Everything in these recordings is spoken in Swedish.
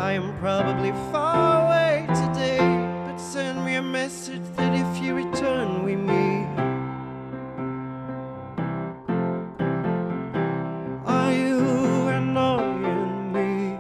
I am probably far away today, but send me a message that if you return we meet. Are you annoying me?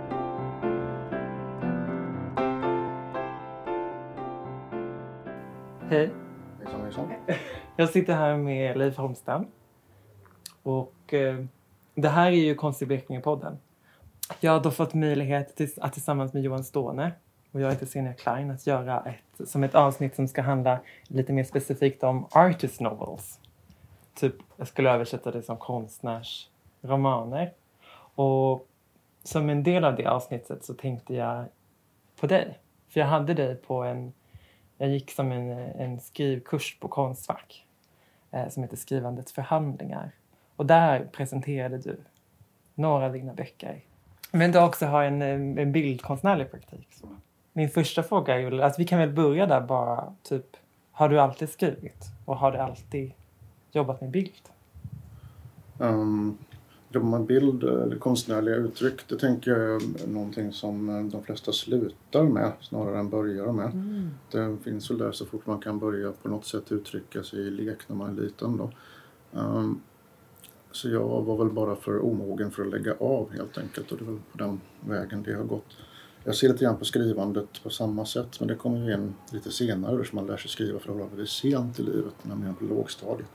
Hej, Hejsan. jag sitter här med Leif Holmstam. Och det här är ju Konstig Blekinge-podden. Jag har då fått möjlighet att tillsammans med Johan Ståne och jag heter Senja Klein att göra ett avsnitt som ska handla lite mer specifikt om artist novels. Typ, jag skulle översätta det som konstnärsromaner. Och som en del av det avsnittet så tänkte jag på dig. För jag hade dig på jag gick som en skrivkurs på Konstfack som heter Skrivandets förhandlingar. Och där presenterade du några av dina böcker. Men du också har en bildkonstnärlig praktik. Så. Min första fråga är ju, alltså vi kan väl börja där bara, typ, har du alltid skrivit? Och har du alltid jobbat med bild? Jobbar med bild eller konstnärliga uttryck, det tänker jag är någonting som de flesta slutar med snarare än börjar med. Det finns väl där så fort man kan börja på något sätt uttrycka sig i lek när man är liten då. Så jag var väl bara för omogen för att lägga av helt enkelt, och det är väl på den vägen det har gått. Jag ser lite grann på skrivandet på samma sätt, men det kommer ju in lite senare så man lär sig skriva förhållandevis sent i livet, nämligen på lågstadiet.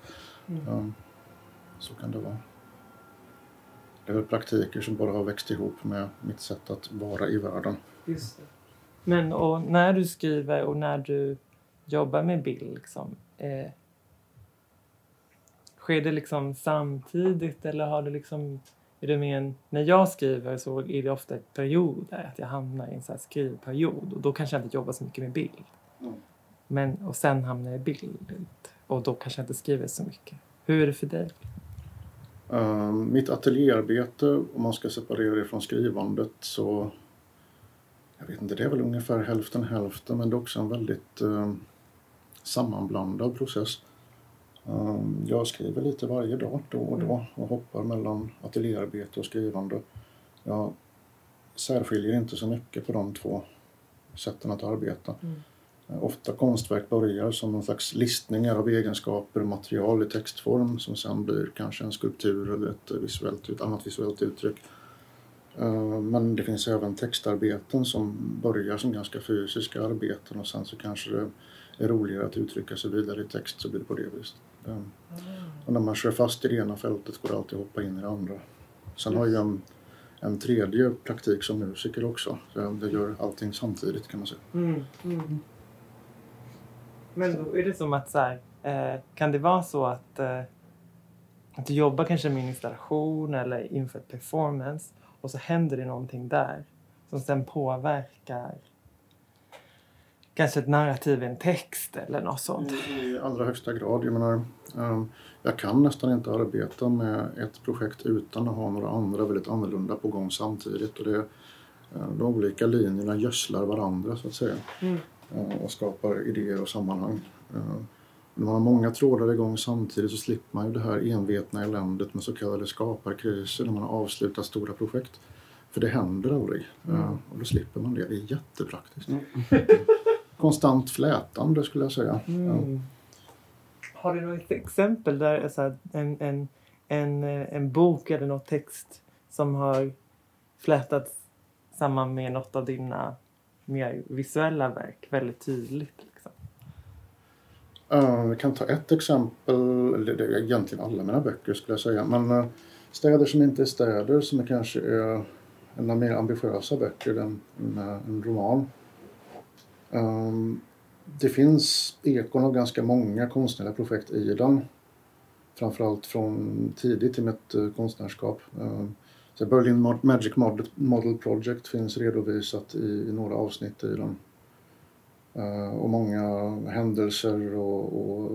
Så kan det vara. Det är väl praktiker som bara har växt ihop med mitt sätt att vara i världen. Just det. Men och när du skriver och när du jobbar med bild, liksom, sker det liksom samtidigt eller har du liksom, är det mer när jag skriver så är det ofta ett perioder att jag hamnar i en sån här skrivperiod och då kanske jag inte jobbar så mycket med bild. Men och sen hamnar jag i bild och då kanske jag inte skriver så mycket. Hur är det för dig? Mitt ateljéarbete, om man ska separera det från skrivandet, så jag vet inte, det är väl ungefär hälften, men det är också en väldigt sammanblandad process. Jag skriver lite varje dag då och då och hoppar mellan ateljéarbete och skrivande. Jag särskiljer inte så mycket på de två sätten att arbeta. Ofta konstverk börjar som någon slags listningar av egenskaper och material i textform som sen blir kanske en skulptur eller ett annat visuellt uttryck. Men det finns även textarbeten som börjar som ganska fysiska arbeten och sen så kanske det är roligare att uttrycka sig vidare i text, så blir det på det viset. Och när man kör fast i det ena fältet går det alltid att hoppa in i det andra. Sen har jag en tredje praktik som musiker också. Så det gör allting samtidigt kan man säga. Men då är det som att så här, kan det vara så att du jobbar kanske med en installation eller inför ett performance och så händer det någonting där som sen påverkar kanske ett narrativ i en text eller något sånt? I allra högsta grad. Jag menar, jag kan nästan inte arbeta med ett projekt utan att ha några andra väldigt annorlunda på gång samtidigt. Och de olika linjerna gödslar varandra så att säga. Och skapar idéer och sammanhang. När man har många trådar igång samtidigt så slipper man ju det här envetna eländet med så kallade skaparkriser när man har avslutat stora projekt. För det händer aldrig. Och då slipper man det. Det är jättepraktiskt. Konstant flätande skulle jag säga. Har du något exempel där så här, en bok eller något text som har flätats samman med något av dina mer visuella verk väldigt tydligt liksom? Vi kan ta ett exempel, eller det är egentligen alla mina böcker skulle jag säga, men städer som inte är städer som är kanske är en av mer ambitiösa böcker än en roman. Det finns ekon av ganska många konstnärliga projekt i den. Framförallt från tidigt i mitt konstnärskap. Så Berlin Magic Model Project finns redovisat i några avsnitt i den. Och många händelser och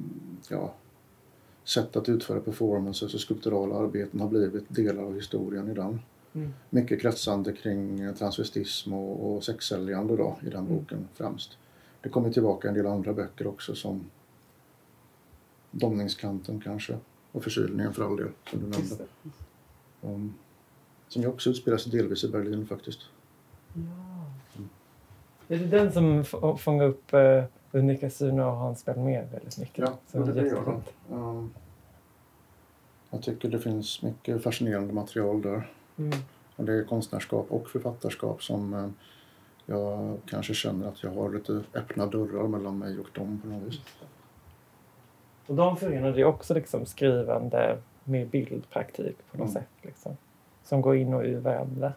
sätt att utföra performances och skulpturala arbeten har blivit delar av historien i den. Mycket kretsande kring transvestism och sexsäljande då i den boken främst. Det kommer tillbaka en del andra böcker också som Domningskanten kanske och Förkylningen för all del som du nämnde. Som ju också utspelar sig delvis i Berlin faktiskt. Är det den som fångar upp Unika Sune och Hans Belmér väldigt mycket? Ja, som det är gör jättefint. de. Jag tycker det finns mycket fascinerande material där. Och det är konstnärskap och författarskap som jag kanske känner att jag har lite öppna dörrar mellan mig och dem på något vis. Och de förenade ju också liksom skrivande med bildpraktik på något sätt. Liksom, som går in och ur varandra.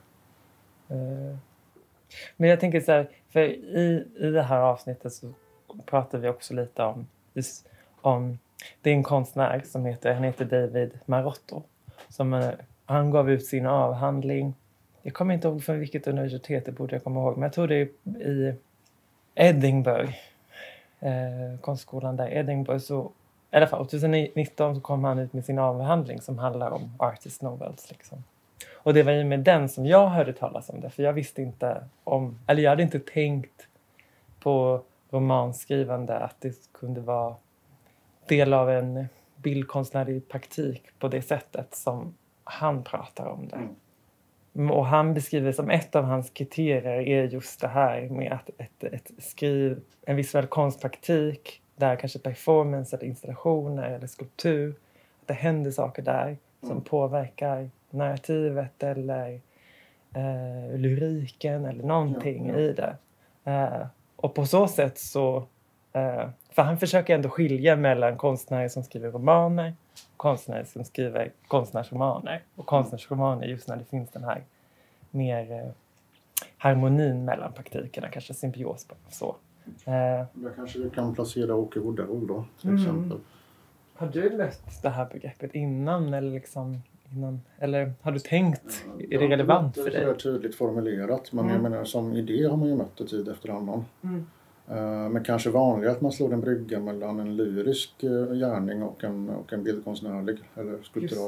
Men jag tänker så här, för i det här avsnittet så pratar vi också lite om det är en konstnär som heter David Marotto. Han gav ut sin avhandling. Jag kommer inte ihåg från vilket universitet, det borde jag komma ihåg. Men jag tror det är i Edinburgh. Konstskolan där i Edinburgh. Så, i alla fall 2019 så kom han ut med sin avhandling som handlar om artist novels. Liksom. Och det var ju med den som jag hörde talas om det. För jag visste inte eller jag hade inte tänkt på romanskrivande att det kunde vara del av en bildkonstnärlig praktik på det sättet som han pratar om det. Och han beskriver som ett av hans kriterier är just det här med att en visuell konstpraktik där kanske performance eller installationer eller skulptur, att det händer saker där som påverkar narrativet eller lyriken eller någonting i det. Och på så sätt så för han försöker ändå skilja mellan konstnärer som skriver romaner och konstnärer som skriver konstnärsromaner. Och konstnärsromaner just när det finns den här mer harmonin mellan praktikerna, kanske symbios så. Jag kanske kan placera Åke Hodell då, till exempel. Har du mött det här begreppet innan eller har du tänkt, är det relevant för dig? Det är tydligt formulerat, men jag menar som idé har man ju mött det tid efter annan. Men kanske vanligare att man slår en brygga mellan en lyrisk gärning och en bildkonstnärlig eller skulptural.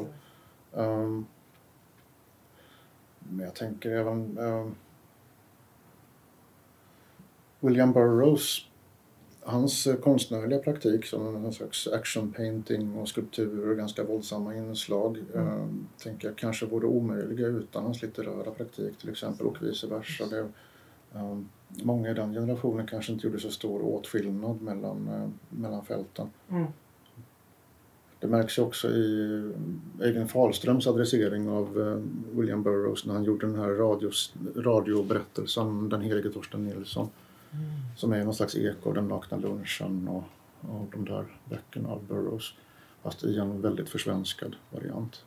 Men jag tänker även William Burroughs, hans konstnärliga praktik som en slags action painting och skulpturer och ganska våldsamma inslag tänker jag kanske vore omöjliga utan hans litterära praktik till exempel och vice versa. Många i den generationen kanske inte gjorde så stor åtskillnad mellan fälten. Det märks också i Eivind Fahlströms adressering av William Burroughs när han gjorde den här radioberättelsen Den helige Torsten Nilsson. Som är någon slags eko, Den nakna lunchen och de där böckerna av Burroughs. Fast i en väldigt försvenskad variant.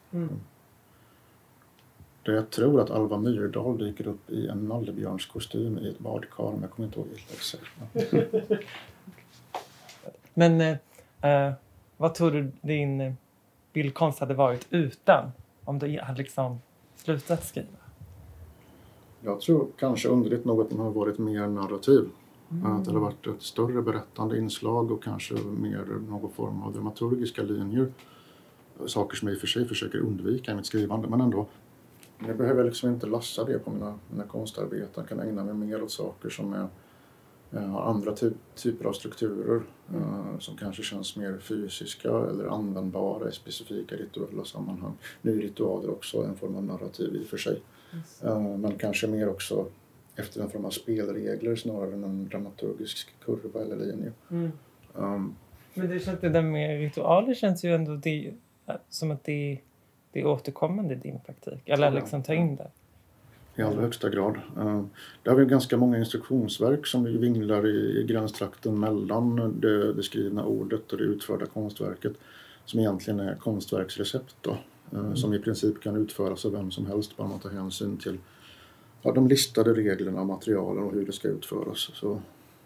Där jag tror att Alva Myrdal dyker upp i en nallebjörnskostym i ett badkar, men jag kommer inte ihåg exakt. Men vad tror du din bildkonst hade varit utan om du hade liksom slutat skriva? Jag tror kanske underligt nog att den har varit mer narrativ. Att det har varit ett större berättande inslag och kanske mer någon form av dramaturgiska linjer. Saker som jag i och för sig försöker undvika i mitt skrivande, men ändå. Jag behöver liksom inte lassa det på mina konstarbeten. Jag kan ägna mig mer åt saker som har andra typer av strukturer som kanske känns mer fysiska eller användbara i specifika rituella sammanhang. Nu är ritualer också en form av narrativ i och för sig. Men kanske mer också efter en form av spelregler snarare än en dramaturgisk kurva eller linje. Men det känns det där med ritualer känns ju ändå som att det är återkommande i din praktik. Eller liksom ta in det. I allra högsta grad. Det har vi ganska många instruktionsverk som vinglar i gränstrakten mellan det skrivna ordet och det utförda konstverket. Som egentligen är konstverksrecept då. Som i princip kan utföras av vem som helst bara man tar hänsyn till de listade reglerna, materialen och hur det ska utföras. Så.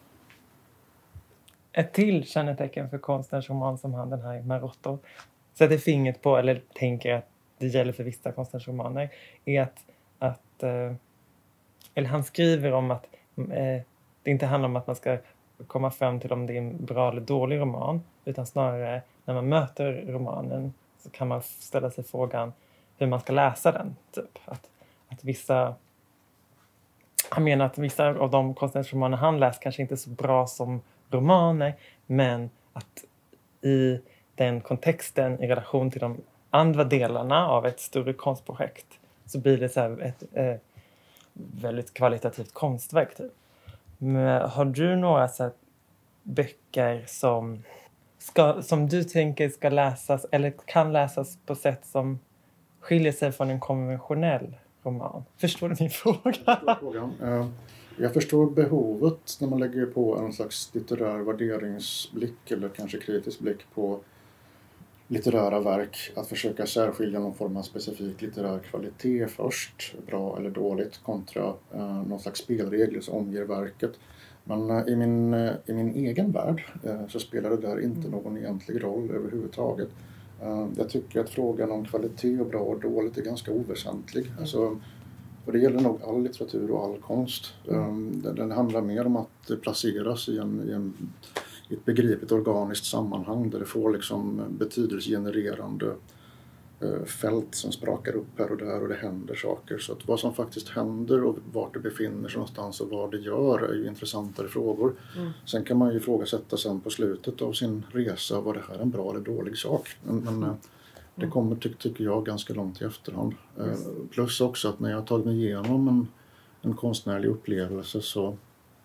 Ett till kännetecken för konstnärs roman som han, den här Marotto, sätter fingret på eller tänker att det gäller för vissa konstnärsromaner är att eller han skriver om att det inte handlar om att man ska komma fram till om det är en bra eller dålig roman, utan snarare när man möter romanen så kan man ställa sig frågan hur man ska läsa den. Typ. Att vissa, han menar att vissa av de konstnärsromaner han läst kanske inte är så bra som romaner, men att i den kontexten i relation till de andra delarna av ett större konstprojekt så blir det så här väldigt kvalitativt konstverk typ. Men har du några så här böcker som du tänker ska läsas eller kan läsas på sätt som skiljer sig från en konventionell roman? Förstår du min fråga? Jag förstår behovet när man lägger på en slags litterär värderingsblick eller kanske kritisk blick på litterära verk, att försöka särskilja någon form av specifik litterär kvalitet först, bra eller dåligt, kontra någon slags spelregler som omger verket. Men i min egen värld så spelar det där inte någon egentlig roll överhuvudtaget. Jag tycker att frågan om kvalitet och bra och dåligt är ganska oväsentlig. Alltså, och det gäller nog all litteratur och all konst. Den handlar mer om att placeras i ett begripligt organiskt sammanhang där det får liksom betydelsegenererande fält som sprakar upp här och där och det händer saker. Så att vad som faktiskt händer och vart det befinner sig någonstans och vad det gör är ju intressantare frågor. Sen kan man ju ifrågasätta sen på slutet av sin resa, var det här en bra eller dålig sak? Men det kommer tycker jag ganska långt i efterhand. Plus också att när jag har tagit mig igenom en konstnärlig upplevelse så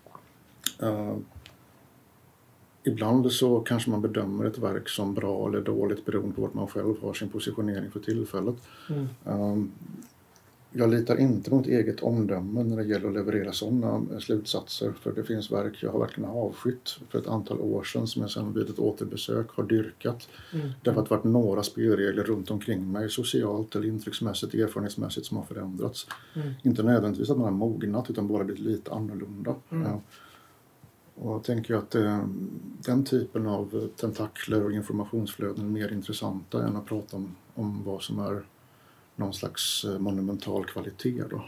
ibland så kanske man bedömer ett verk som bra eller dåligt beroende på vart man själv har sin positionering för tillfället. Jag litar inte mot eget omdöme när det gäller att leverera sådana slutsatser. För det finns verk jag har verkligen avskytt för ett antal år sedan som jag sedan vid ett återbesök har dyrkat. Därför att det varit några spelregler runt omkring mig socialt eller intrycksmässigt, erfarenhetsmässigt som har förändrats. Inte nödvändigtvis att man har mognat utan bara blivit lite annorlunda. Och jag tänker att den typen av tentakler och informationsflöden är mer intressanta än att prata om vad som är någon slags monumental kvalitet då.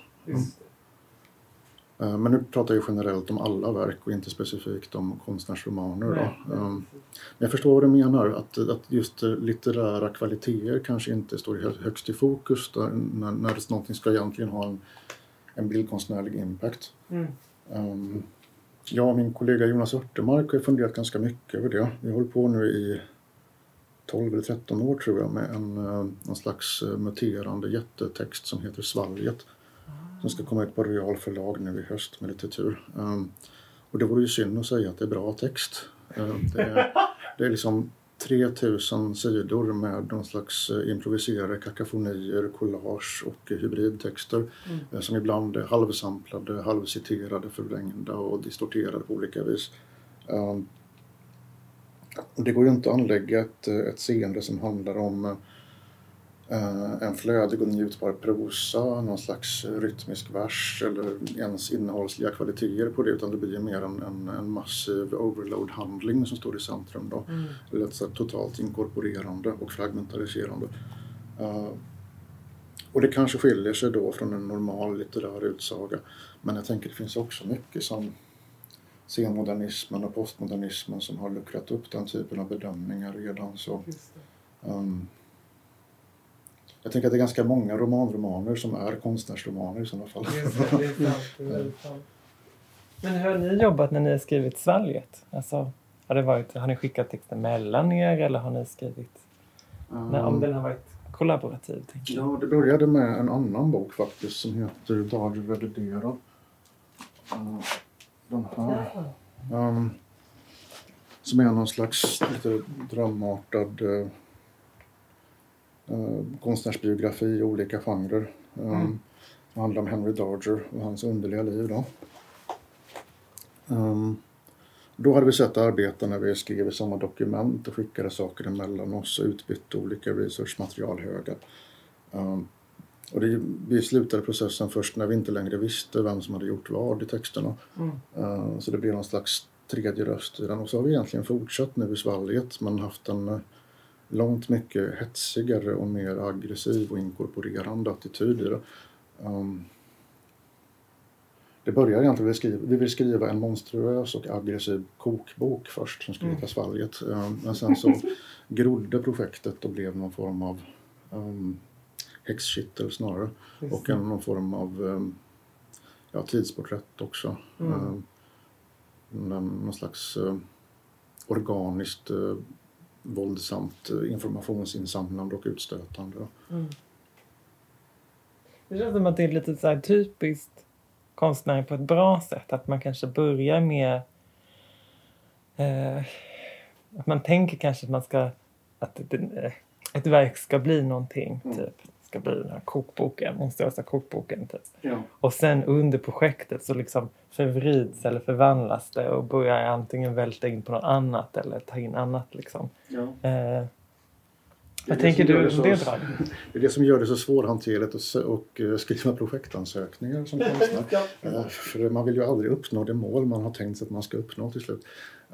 Men nu pratar jag generellt om alla verk och inte specifikt om konstnärsromaner då. Men jag förstår vad du menar, att just litterära kvaliteter kanske inte står högst i fokus då, när någonting ska egentligen ha en bildkonstnärlig impact. Jag och min kollega Jonas Örtemark har funderat ganska mycket över det. Vi håller på nu i 12 eller 13 år tror jag med någon slags muterande jättetext som heter Svalget. Som ska komma ut på Real förlag nu i höst med litteratur. Och det vore ju synd att säga att det är bra text. Det är liksom 3000 sidor med någon slags improviserade kakafonier, collage och hybridtexter som ibland är halvsamplade, halvciterade, förvrängda och distorterade på olika vis. Och det går ju inte att anlägga ett seende som handlar om en flödig och njutbar prosa, någon slags rytmisk vers eller ens innehållsliga kvaliteter på det, utan det blir mer en massiv overload-handling som står i centrum då. Eller ett totalt inkorporerande och fragmentariserande. Och det kanske skiljer sig då från en normal litterär utsaga, men jag tänker det finns också mycket som senmodernismen och postmodernismen som har luckrat upp den typen av bedömningar redan. Så jag tänker att det är ganska många romaner som är konstnärsromaner i sådana fall. Det är sant. Men hur har ni jobbat när ni har skrivit Svalget? Alltså, har ni skickat texten mellan er eller har ni skrivit om den har varit kollaborativ? Ja, det började med en annan bok faktiskt som heter Dager Redigerad. Den här. Som är någon slags lite drömartad konstnärsbiografi i olika genrer. Det handlar om Henry Darger och hans underliga liv då. Då hade vi sett arbeta när vi skrev i samma dokument och skickade saker emellan oss och utbytte olika researchmaterialhögar. Och vi slutade processen först när vi inte längre visste vem som hade gjort vad i texterna. Så det blev någon slags tredje röst i den. Och så har vi egentligen fortsatt nu i Svalget, men haft en långt mycket hetsigare och mer aggressiv och inkorporerande attityd i det. Det börjar egentligen, vi vill skriva en monstruös och aggressiv kokbok först som skulle heta Svalget. Men sen så grodde projektet och blev någon form av häxkittel snarare. Och någon form av tidsporträtt också. Någon slags organiskt våldsamt informationsinsamlande och utstötande. Det känns som att det är lite så här typiskt konstnären på ett bra sätt. Att man kanske börjar med... att man tänker kanske att man ska... Att ett verk ska bli någonting, typ. Ska bli den här kokboken, monstruösa kokboken, typ. Ja. Och sen under projektet så liksom förvrids eller förvandlas det och börjar antingen välta in på något annat eller ta in annat, liksom. Ja. Vad tänker du om det draget? Det är det som gör det så svårhanterligt att skriva projektansökningar som konstnär. För man vill ju aldrig uppnå det mål man har tänkt sig att man ska uppnå till slut.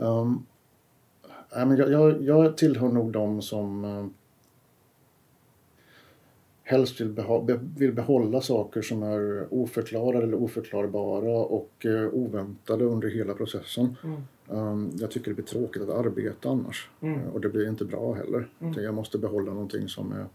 Men jag tillhör nog de som helst vill behålla saker som är oförklarade eller oförklarbara och oväntade under hela processen. Jag tycker det blir tråkigt att arbeta annars. Och det blir inte bra heller. Jag måste behålla någonting som är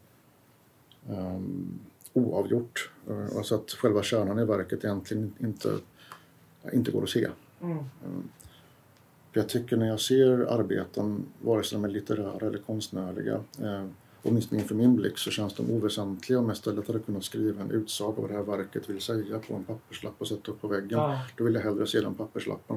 oavgjort. Så att själva kärnan i verket egentligen inte går att se. För jag tycker när jag ser arbeten, vare sig de är litterära eller konstnärliga, åtminstone inför min blick, så känns de oväsentliga. Om jag istället hade kunnat skriva en utsaga vad det här verket vill säga på en papperslapp och sätta upp på väggen, då vill jag hellre se den papperslappen.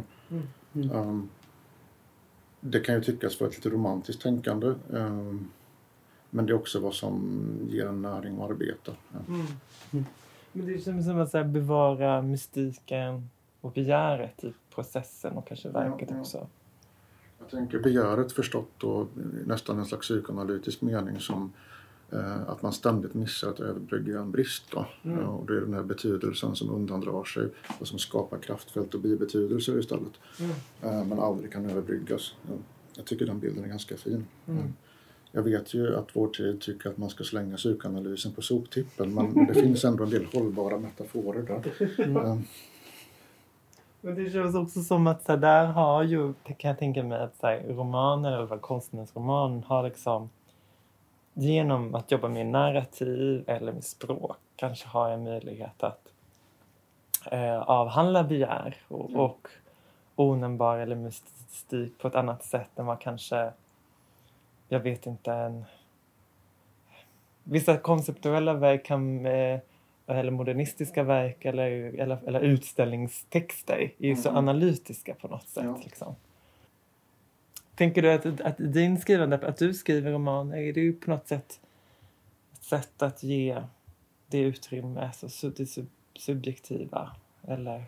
Det kan ju tyckas vara ett lite romantiskt tänkande, men det är också vad som ger en näring att arbeta. Men det känns som att så här, bevara mystiken och begäret i processen och kanske verket också. Jag tänker begäret förstått då nästan en slags psykoanalytisk mening som att man ständigt missar att överbrygga en brist då. Och det är den här betydelsen som undandrar sig och som skapar kraftfält och bibetydelser istället. Men aldrig kan överbryggas. Jag tycker den bilden är ganska fin. Jag vet ju att vår tid tycker att man ska slänga psykoanalysen på soptippen, men det finns ändå en del hållbara metaforer där. Men det känns också som att så här, där har ju, kan jag tänka mig att så här, romaner eller konstnärens roman har liksom genom att jobba med narrativ eller med språk kanske har en möjlighet att avhandla begär och onämnbar eller mystik på ett annat sätt än vad kanske, jag vet inte, vissa konceptuella verk kan eller modernistiska verk eller utställningstexter är ju så analytiska på något sätt. Liksom. Tänker du att din skrivande, att du skriver romaner, är det ju på något sätt ett sätt att ge det utrymme, alltså det subjektiva, eller?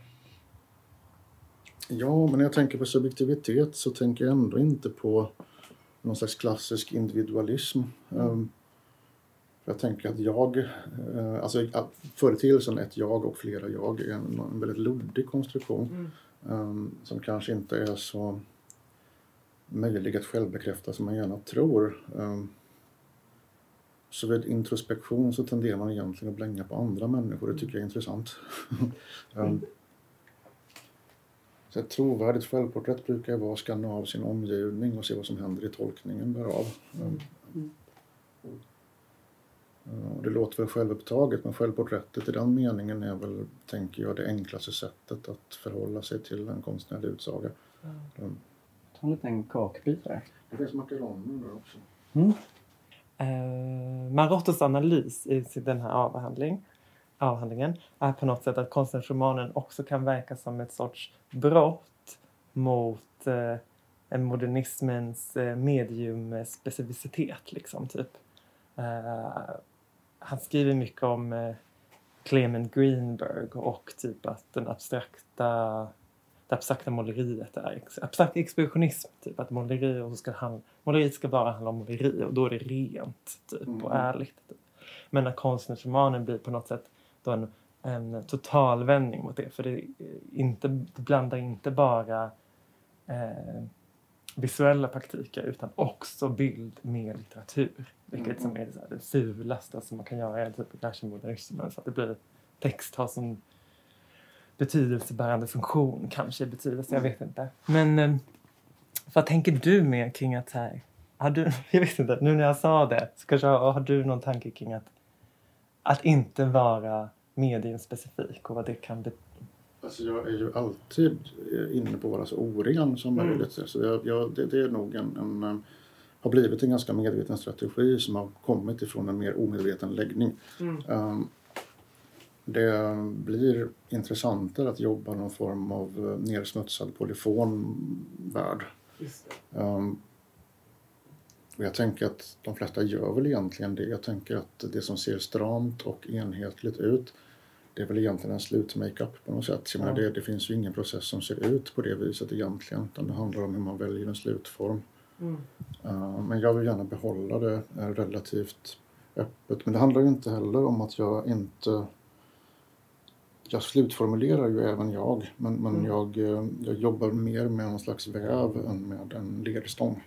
Ja, men när jag tänker på subjektivitet så tänker jag ändå inte på någon slags klassisk individualism. Jag tänker att företeelsen ett jag och flera jag är en väldigt luddig konstruktion som kanske inte är så möjlig att självbekräfta som man gärna tror. Så vid introspektion så tenderar man egentligen att blänga på andra människor. Det tycker jag är intressant. Så ett trovärdigt självporträtt brukar ju vara att skanna av sin omgivning och se vad som händer i tolkningen därav. Det låter väl självupptaget, men självporträttet i den meningen är väl, tänker jag, det enklaste sättet att förhålla sig till en konstnärlig utsaga. Ta en liten kakbit där. Det finns makaroner där också. Marottos analys i den här avhandlingen är på något sätt att konstnärsromanen också kan verka som ett sorts brott mot en modernismens mediumspecificitet, liksom, typ. Han skriver mycket om Clement Greenberg och typ att det abstrakta måleriet är abstrakt expressionism, typ att måleriet ska bara handla om måleri och då är det rent typ och ärligt. Typ. Men när konstnärsromanen blir på något sätt då en totalvändning mot det, för det blandar inte bara visuella praktiker utan också bild med litteratur. Vilket som är det fulaste som man kan göra typ kanske modernismen, så att det blir text har som betydelsebärande funktion, kanske betydelse, jag vet inte. Men vad tänker du med kring att här, jag vet inte, nu när jag sa det så kanske har du någon tanke kring att inte vara mediumspecifik och vad det kan betyda? Alltså jag är ju alltid inne på att vara så oren som möjligt. Så det är nog har blivit en ganska medveten strategi som har kommit ifrån en mer omedveten läggning. Det blir intressantare att jobba någon form av nersmutsad polyfonvärld. Och jag tänker att de flesta gör väl egentligen det. Jag tänker att det som ser stramt och enhetligt ut, det är väl egentligen en slutmakeup på något sätt. Jag menar, det finns ju ingen process som ser ut på det viset egentligen, utan det handlar om hur man väljer en slutform. Men jag vill gärna behålla det relativt öppet. Men det handlar ju inte heller om att jag slutformulerar ju även jag, men jag jobbar mer med någon slags väv än med en ledstång.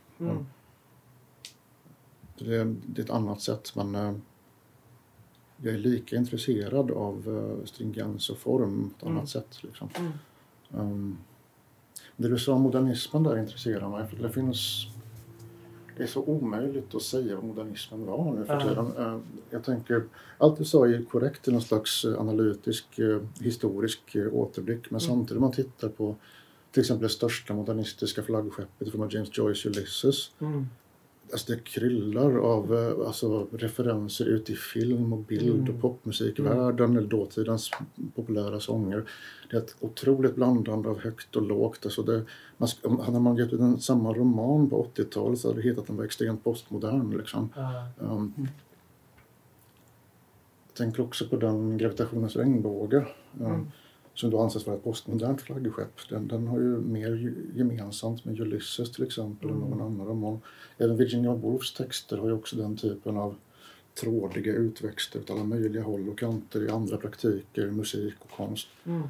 Det är ett annat sätt, men jag är lika intresserad av stringens och form på ett annat sätt. Liksom. Det du sa om modernismen där intresserar mig, för det är så omöjligt att säga vad modernismen var nu för tiden. Jag tänker, allt du sa är korrekt i någon slags analytisk, historisk återblick, men samtidigt om man tittar på till exempel det största modernistiska flaggskeppet från James Joyce Ulysses. Alltså det kryllar av referenser ut i film och bild och popmusikvärlden eller dåtidens populära sånger. Det är ett otroligt blandande av högt och lågt. Alltså hade man gett ut samma roman på 80-talet så hade det hetat att den var extremt postmodern. Liksom. Jag tänker också på den Gravitationens regnbåge som då anses vara ett postmodernt flaggskepp. Den har ju mer gemensamt med Ulysses till exempel än någon annan roman. Även Virginia Woolfs texter har ju också den typen av trådiga utväxter åt alla möjliga håll och kanter i andra praktiker, musik och konst.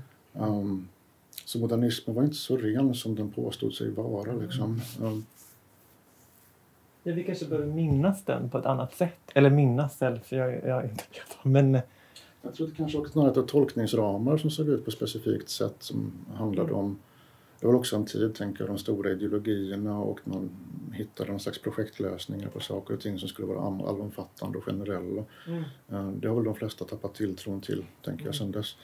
Så modernismen var inte så ren som den påstod sig vara. Liksom. Ja, vi kanske behöver minnas den på ett annat sätt. Eller minnas själv, för jag är inte vet. Men jag tror det kanske också snarare tolkningsramar som såg ut på ett specifikt sätt som handlade om. Det var också en tid, tänker jag, de stora ideologierna och man hittade någon slags projektlösningar på saker och ting som skulle vara allomfattande och generella. Det har väl de flesta tappat tilltron till, tänker jag, sedan dess.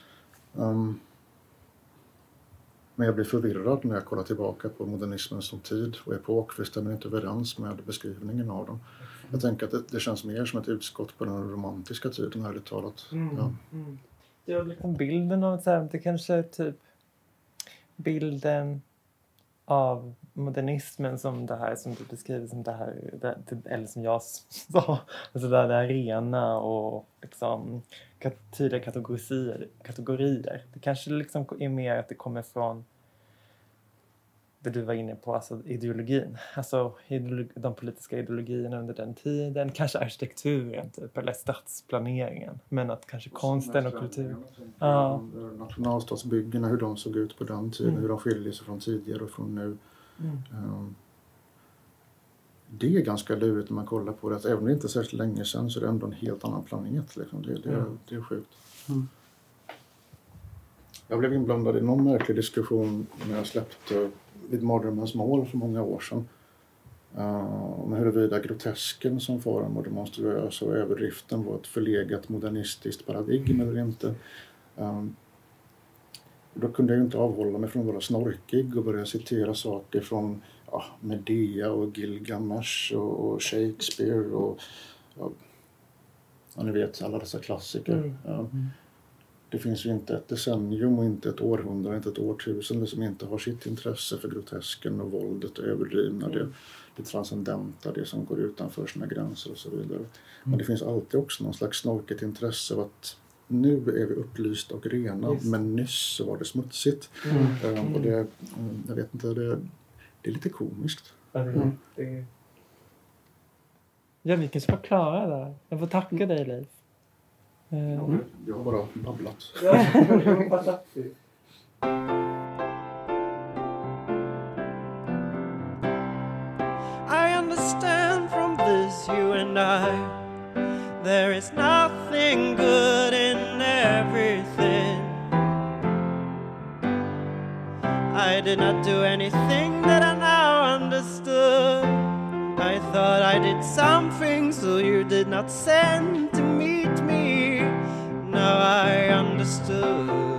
Men jag blir förvirrad när jag kollar tillbaka på modernismen som tid och epok, för det stämmer inte överens med beskrivningen av dem. Jag tänker att det känns mer som ett utskott på den romantiska tiden, ärligt talat. Ja, liksom bilden av så här, det kanske är typ bilden av modernismen som det här som du beskriver som det här, eller som jag sa, alltså det här rena och liksom tydliga kategorier. Det kanske liksom är mer att det kommer från det du var inne på, alltså ideologin. Alltså de politiska ideologierna under den tiden. Kanske arkitekturen typ, eller stadsplaneringen. Men att kanske konsten och kulturen. Nationalstadsbyggena, hur de såg ut på den tiden. Hur de skiljer sig från tidigare och från nu. Det är ganska lurigt när man kollar på det. Att även om det inte är särskilt länge sedan så är det ändå en helt annan planet. Liksom. Det är sjukt. Jag blev inblandad i någon märklig diskussion när jag släppte Vid mardrömmens mål för många år sedan. Om huruvida grotesken som form och det monstruösa och överdriften var ett förlegat modernistiskt paradigm eller inte. Då kunde jag inte avhålla mig från att vara snorkig och börja citera saker från Medea och Gilgamesh och Shakespeare och ni vet alla dessa klassiker. Det finns ju inte ett decennium och inte ett århundrade, inte ett årtusende som inte har sitt intresse för grotesken och våldet och överdrivna, det transcendenta, det som går utanför sina gränser och så vidare. Men det finns alltid också någon slags snorkigt intresse av att nu är vi upplysta och rena, men nyss så var det smutsigt. Och det, jag vet inte, det är lite komiskt. Ja, vi kanske var klara där. Jag får tacka dig, Leif. Jag har bara babblat. I understand from this, you and I, there is nothing good in everything. I did not do anything that I now understood. I thought I did something so you did not send to meet me. Now I understood.